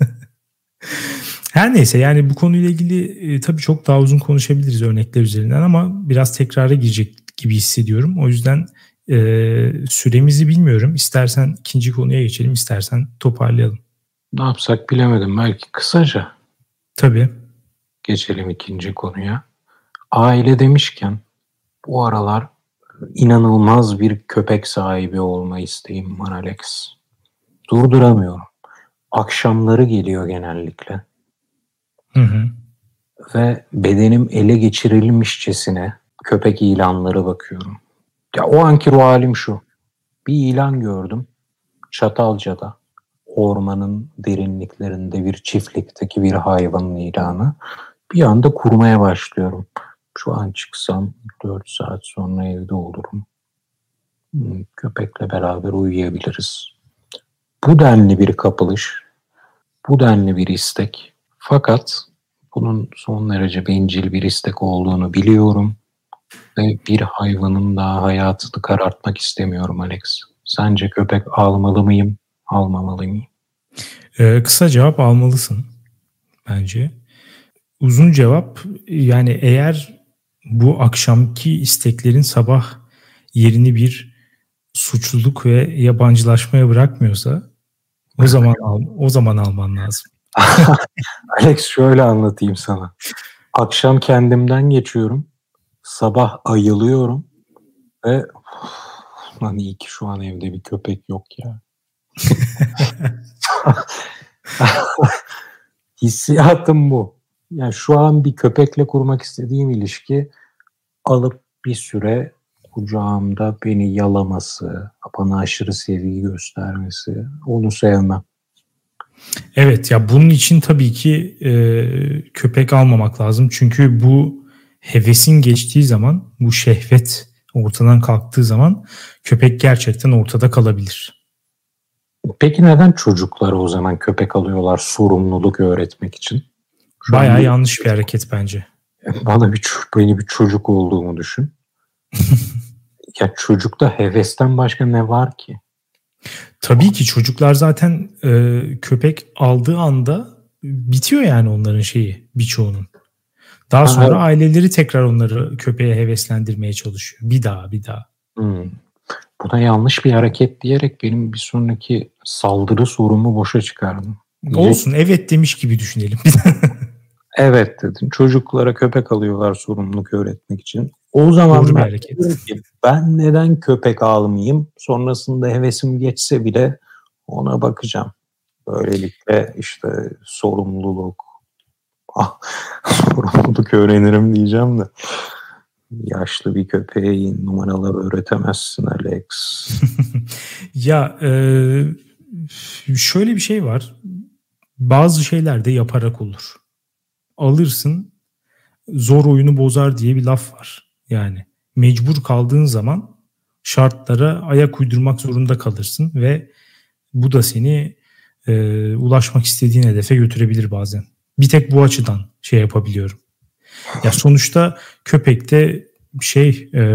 Her neyse yani bu konuyla ilgili e, tabii çok daha uzun konuşabiliriz örnekler üzerinden ama biraz tekrara girecek gibi hissediyorum. O yüzden e, süremizi bilmiyorum. İstersen ikinci konuya geçelim, istersen toparlayalım. Ne yapsak bilemedim. Belki kısaca Tabii. geçelim ikinci konuya. Aile demişken bu aralar inanılmaz bir köpek sahibi olma isteğim var Alex. Durduramıyorum. Akşamları geliyor genellikle. Hı hı. Ve bedenim ele geçirilmişçesine köpek ilanları bakıyorum. Ya o anki ruh halim şu. Bir ilan gördüm. Çatalca'da ormanın derinliklerinde bir çiftlikteki bir hayvanın ilanı. Bir anda kurmaya başlıyorum. Şu an çıksam dört saat sonra evde olurum. Köpekle beraber uyuyabiliriz. Bu denli bir kapılış, bu denli bir istek. Fakat bunun son derece bencil bir istek olduğunu biliyorum. Ve bir hayvanın daha hayatını karartmak istemiyorum Alex. Sence köpek almalı mıyım, almamalı mıyım? Ee, kısa cevap almalısın bence. Uzun cevap yani eğer bu akşamki isteklerin sabah yerini bir suçluluk ve yabancılaşmaya bırakmıyorsa o zaman al, o zaman alman lazım. Alex şöyle anlatayım sana. Akşam kendimden geçiyorum. Sabah ayılıyorum ve lan iyi ki şu an evde bir köpek yok ya. Hissiyatım bu. Yani şu an bir köpekle kurmak istediğim ilişki alıp bir süre kucağımda beni yalaması, bana aşırı sevgi göstermesi, onu sevmem. Evet ya bunun için tabii ki e, köpek almamak lazım. Çünkü bu hevesin geçtiği zaman, bu şehvet ortadan kalktığı zaman köpek gerçekten ortada kalabilir. Peki neden çocuklara o zaman köpek alıyorlar sorumluluk öğretmek için? Şu Bayağı bir... yanlış bir hareket bence. Bana bir, beni bir çocuk olduğumu düşün. Ya çocukta hevesten başka ne var ki? Tabii ki çocuklar zaten e, köpek aldığı anda bitiyor yani onların şeyi birçoğunun. Daha sonra evet. aileleri tekrar onları köpeğe heveslendirmeye çalışıyor. Bir daha bir daha. Hmm. Buna yanlış bir hareket diyerek benim bir sonraki saldırı sorumu boşa çıkardım. Olsun, evet demiş gibi düşünelim. Evet dedim. Çocuklara köpek alıyorlar sorumluluk öğretmek için. O zaman Doğru bir ben hareket. diyorum ki ben neden köpek almayayım? Sonrasında hevesim geçse bile ona bakacağım. Böylelikle işte sorumluluk ah, sorumluluk öğrenirim diyeceğim de. Yaşlı bir köpeğe numaralar öğretemezsin Alex. Ya e, şöyle bir şey var. Bazı şeyler de yaparak olur. Alırsın, zor oyunu bozar diye bir laf var. Yani mecbur kaldığın zaman şartlara ayak uydurmak zorunda kalırsın ve bu da seni e, ulaşmak istediğin hedefe götürebilir bazen. Bir tek bu açıdan şey yapabiliyorum. Ya sonuçta köpekte şey e,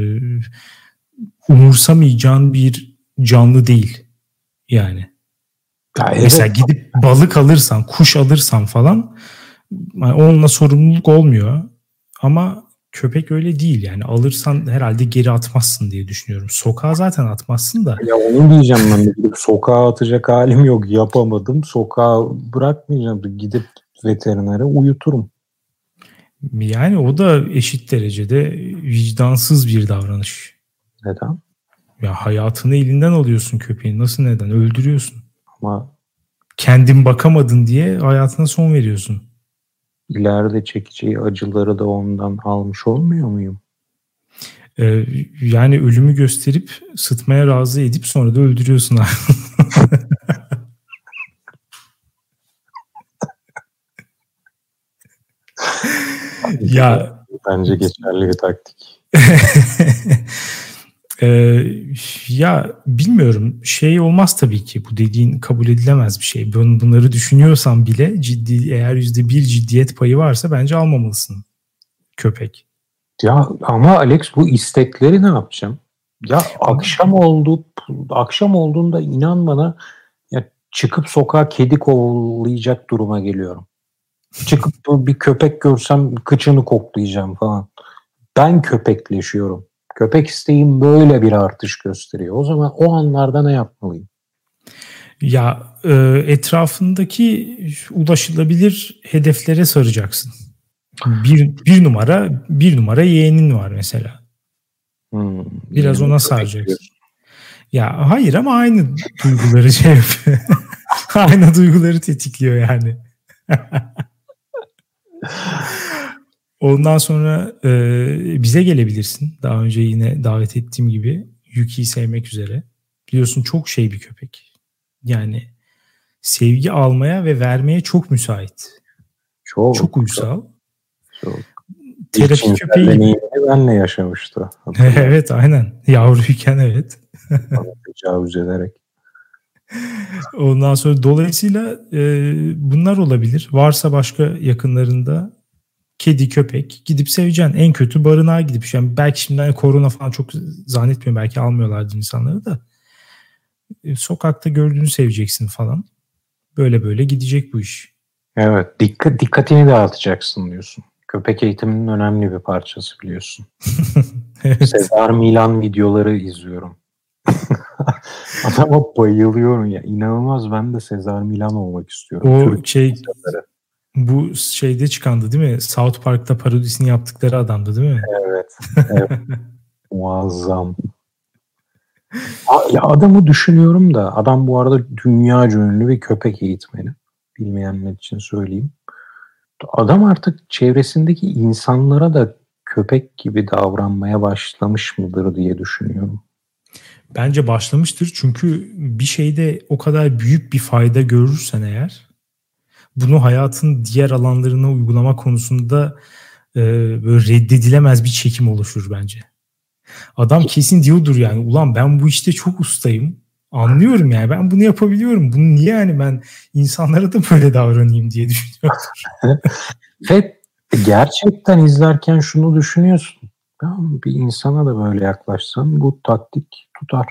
umursamayacağın bir canlı değil yani. Ya evet. Mesela gidip balık alırsan, kuş alırsan falan yani onunla sorumluluk olmuyor. Ama köpek öyle değil yani. Alırsan herhalde geri atmazsın diye düşünüyorum. Sokağa zaten atmazsın da. Ya onu diyeceğim ben de. Gidip sokağa atacak halim yok. Yapamadım. Sokağa bırakmayacağım. Gidip veterinere uyuturum. Yani o da eşit derecede vicdansız bir davranış. Neden? Ya hayatını elinden alıyorsun köpeğin. Nasıl neden? Öldürüyorsun. Ama Kendin bakamadın diye hayatına son veriyorsun. ileride çekeceği acıları da ondan almış olmuyor muyum? Ee, yani ölümü gösterip sıtmaya razı edip sonra da öldürüyorsun. ya Bence geçerli bir taktik. Ee, ya bilmiyorum, şey olmaz tabii ki, bu dediğin kabul edilemez bir şey. Ben bunları düşünüyorsan bile ciddi, eğer yüzde bir ciddiyet payı varsa bence almamalısın köpek. Ya ama Alex bu istekleri ne yapacağım? Ya akşam oldu, akşam olduğunda inan bana ya çıkıp sokağa kedi kovalayacak duruma geliyorum. Çıkıp bir köpek görsem kıçını koklayacağım falan. Ben köpekleşiyorum. Köpek isteğim böyle bir artış gösteriyor. O zaman o anlarda ne yapmalıyım? Ya e, etrafındaki ulaşılabilir hedeflere saracaksın. Bir, bir numara bir numara yeğenin var mesela. Hmm, Biraz ona saracaksın. Ya hayır ama aynı duyguları şey yapıyor. Aynı duyguları tetikliyor yani. Ondan sonra e, bize gelebilirsin. Daha önce yine davet ettiğim gibi Yuki'yi sevmek üzere. Biliyorsun çok şey bir köpek. Yani sevgi almaya ve vermeye çok müsait. Çok, çok uysal. Çok. Terapi köpeği gibi. Benle yaşamıştı. Evet aynen. Yavruyken evet. Tecavüz ederek. Ondan sonra dolayısıyla e, bunlar olabilir. Varsa başka yakınlarında kedi, köpek gidip seveceksin. En kötü barınağa gidip. Yani belki şimdi hani korona falan çok zannetmiyorum. Belki almıyorlardı insanları da. E, sokakta gördüğünü seveceksin falan. Böyle böyle gidecek bu iş. Evet. Dikkat, dikkatini dağıtacaksın diyorsun. Köpek eğitiminin önemli bir parçası biliyorsun. Evet. Sezar Milan videoları izliyorum. Adama bayılıyorum ya. İnanılmaz, ben de Sezar Milan olmak istiyorum. O Türk şey sezarı. Bu şeyde çıkandı değil mi? South Park'ta parodisini yaptıkları adamdı değil mi? Evet. Evet. Muazzam. Ya adamı düşünüyorum da adam bu arada dünyaca ünlü bir köpek eğitmeni. Bilmeyenler için söyleyeyim. Adam artık çevresindeki insanlara da köpek gibi davranmaya başlamış mıdır diye düşünüyorum. Bence başlamıştır. Çünkü bir şeyde o kadar büyük bir fayda görürsen eğer, bunu hayatın diğer alanlarına uygulama konusunda e, böyle reddedilemez bir çekim oluşur bence. Adam kesin diyordur yani, ulan ben bu işte çok ustayım. Anlıyorum yani, ben bunu yapabiliyorum. Bunu niye yani ben insanlara da böyle davranayım diye düşünüyordur. Ve Gerçekten izlerken şunu düşünüyorsun. Ya bir insana da böyle yaklaşsan bu taktik tutar.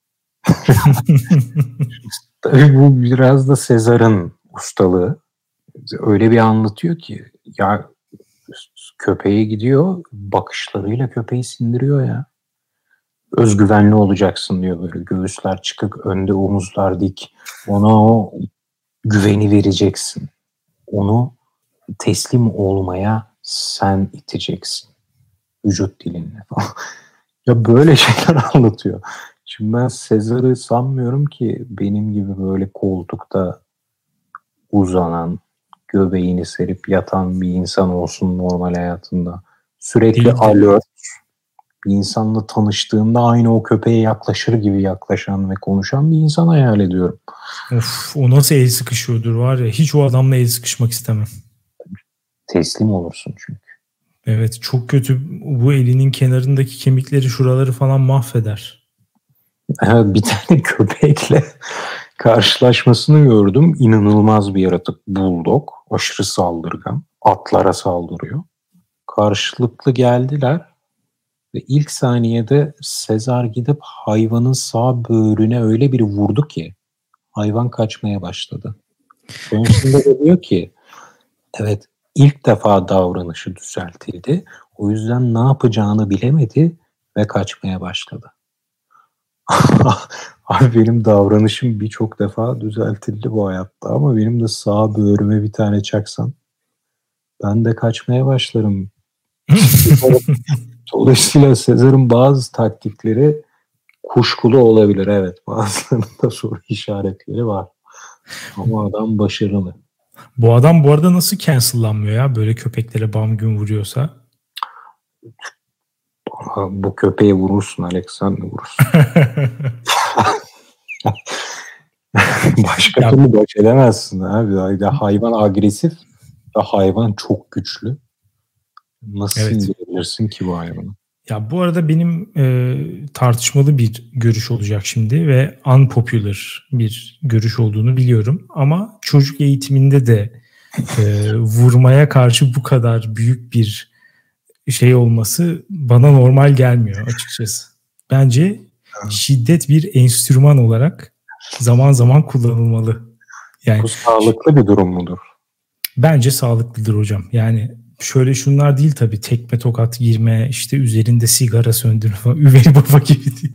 Tabii bu biraz da Sezar'ın ustalığı. Öyle bir anlatıyor ki ya köpeğe gidiyor, bakışlarıyla köpeği sindiriyor ya. Özgüvenli olacaksın diyor, böyle göğüsler çıkık, önde omuzlar dik. Ona o güveni vereceksin. Onu teslim olmaya sen iteceksin. Vücut dilinle falan. Ya böyle şeyler anlatıyor. Şimdi ben Sezar'ı sanmıyorum ki benim gibi böyle koltukta uzanan, göbeğini serip yatan bir insan olsun normal hayatında. Sürekli Değil de. alert, bir insanla tanıştığında aynı o köpeğe yaklaşır gibi yaklaşan ve konuşan bir insan hayal ediyorum. Of, o nasıl el sıkışıyordur var ya. Hiç o adamla el sıkışmak istemem. Teslim olursun çünkü. Evet, çok kötü. Bu elinin kenarındaki kemikleri, şuraları falan mahveder. Bir tane köpekle karşılaşmasını gördüm. İnanılmaz bir yaratık. Bulldog. Aşırı saldırgan. Atlara saldırıyor. Karşılıklı geldiler. Ve ilk saniyede Sezar gidip hayvanın sağ böğrüne öyle bir vurdu ki hayvan kaçmaya başladı. Sonrasında da diyor ki evet, ilk defa davranışı düzeltildi. O yüzden ne yapacağını bilemedi ve kaçmaya başladı. Abi benim davranışım birçok defa düzeltildi bu hayatta ama benim de sağ böğrüme bir tane çaksan ben de kaçmaya başlarım. Dolayısıyla Sezar'ın bazı taktikleri kuşkulu olabilir. Evet, bazılarında soru işaretleri var. Ama adam başarılı. Bu adam bu arada nasıl cancellanmıyor ya? Böyle köpeklere bam gün vuruyorsa. Ama bu köpeği vurursun Alex, sen mi vurursun? Başka türlü baş edemezsin abi. Hayvan agresif ve hayvan çok güçlü. Nasıl evet. indirebilirsin ki bu hayvanı? Ya bu arada benim e, tartışmalı bir görüş olacak şimdi ve unpopular bir görüş olduğunu biliyorum. Ama çocuk eğitiminde de e, vurmaya karşı bu kadar büyük bir şey olması bana normal gelmiyor açıkçası. Bence şiddet bir enstrüman olarak zaman zaman kullanılmalı. Yani bu sağlıklı bir durum mudur? Bence sağlıklıdır hocam. Yani şöyle şunlar değil tabii, tekme tokat girme, işte üzerinde sigara söndürme falan, üvey baba gibi değil.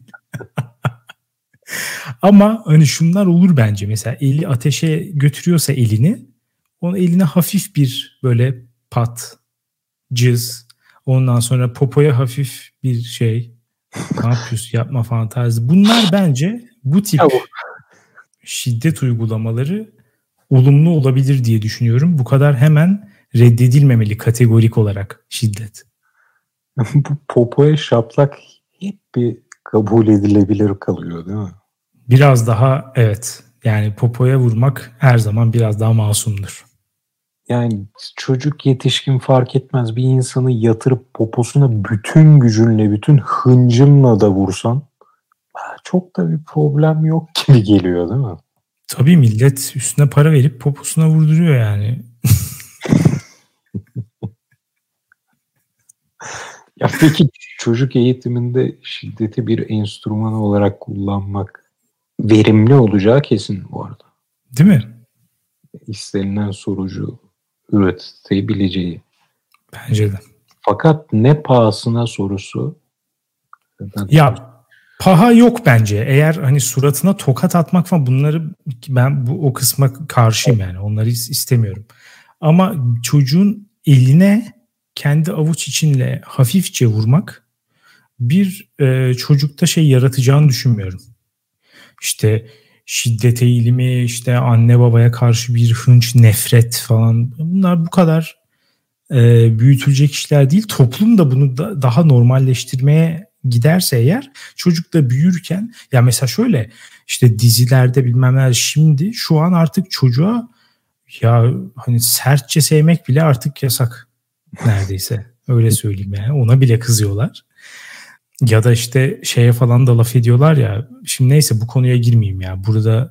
Ama hani şunlar olur bence, mesela eli ateşe götürüyorsa elini, onun eline hafif bir böyle pat, cız, ondan sonra popoya hafif bir şey, ne yapıyorsun yapma falan tarzı. Bunlar bence bu tip şiddet uygulamaları olumlu olabilir diye düşünüyorum. Bu kadar hemen reddedilmemeli kategorik olarak şiddet. Bu popoya şaplak hep bir kabul edilebilir kalıyor değil mi? Biraz daha evet. Yani popoya vurmak her zaman biraz daha masumdur. Yani çocuk yetişkin fark etmez, bir insanı yatırıp poposuna bütün gücünle, bütün hıncınla da vursan çok da bir problem yok gibi geliyor değil mi? Tabii millet üstüne para verip poposuna vurduruyor yani. Ya peki çocuk eğitiminde şiddeti bir enstrüman olarak kullanmak verimli olacağı kesin bu arada. Değil mi? İstenilen sonucu üretebileceği. Bence de. Fakat ne pahasına sorusu. Ya paha yok bence. Eğer hani suratına tokat atmak falan, bunları ben bu o kısma karşıyım yani. Onları istemiyorum. Ama çocuğun eline kendi avuç içinle hafifçe vurmak bir e, çocukta şey yaratacağını düşünmüyorum. İşte şiddet eğilimi, işte anne babaya karşı bir hınç, nefret falan, bunlar bu kadar e, büyütülecek işler değil. Toplum da bunu da daha normalleştirmeye giderse eğer, çocuk da büyürken, ya mesela şöyle işte dizilerde bilmem neler, şimdi şu an artık çocuğa ya hani sertçe sevmek bile artık yasak neredeyse, öyle söyleyeyim yani, ona bile kızıyorlar. Ya da işte şeye falan da laf ediyorlar ya. Şimdi neyse, bu konuya girmeyeyim ya. Burada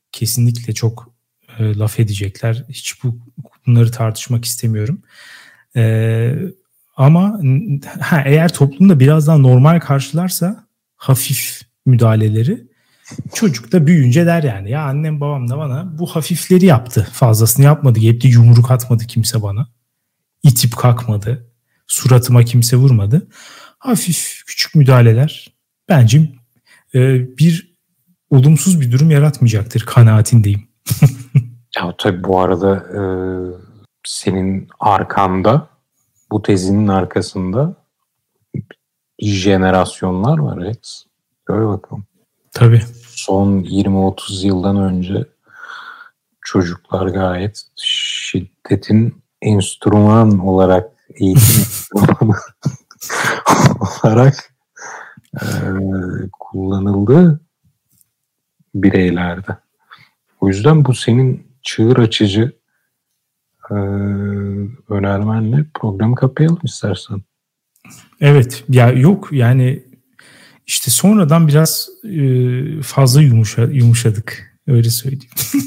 kesinlikle çok e, laf edecekler. Hiç bu bunları tartışmak istemiyorum. Ee, ama ha, eğer toplumda biraz daha normal karşılarsa hafif müdahaleleri, çocuk da büyüyünce der yani ya annem babam da bana bu hafifleri yaptı, fazlasını yapmadı. Hep de yumruk atmadı kimse bana. İtip kalkmadı. Suratıma kimse vurmadı. Hafif küçük müdahaleler bence e, bir olumsuz bir durum yaratmayacaktır kanaatindeyim. Ya tabii bu arada e, senin arkanda, bu tezinin arkasında jenerasyonlar var Rex. Öyle bakalım. Tabii. Son yirmi otuz yıldan önce çocuklar gayet şiddetin enstrüman olarak, eğitim enstrümanı olarak e, kullanıldığı bireylerde. O yüzden bu senin çığır açıcı e, önermenle programı kapayalım istersen. Evet. Ya yok yani işte sonradan biraz e, fazla yumuşa, yumuşadık. Öyle söyleyeyim.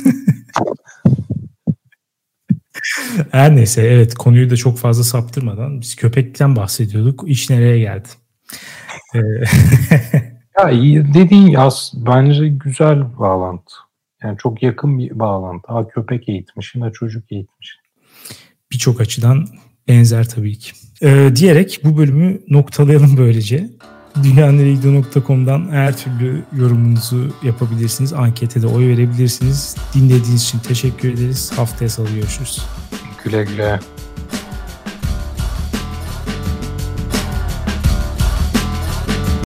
Her neyse, evet, konuyu da çok fazla saptırmadan biz köpekten bahsediyorduk. İş nereye geldi? Ya dediğin yaz bence güzel bağlantı. Yani çok yakın bir bağlantı. Ha köpek eğitmişsin, ha çocuk eğitmişsin. Birçok açıdan benzer tabii ki. Ee, diyerek bu bölümü noktalayalım böylece. dünyaneregidiyor nokta com'dan her türlü yorumunuzu yapabilirsiniz. Ankete de oy verebilirsiniz. Dinlediğiniz için teşekkür ederiz. Haftaya salı görüşürüz. Güle güle.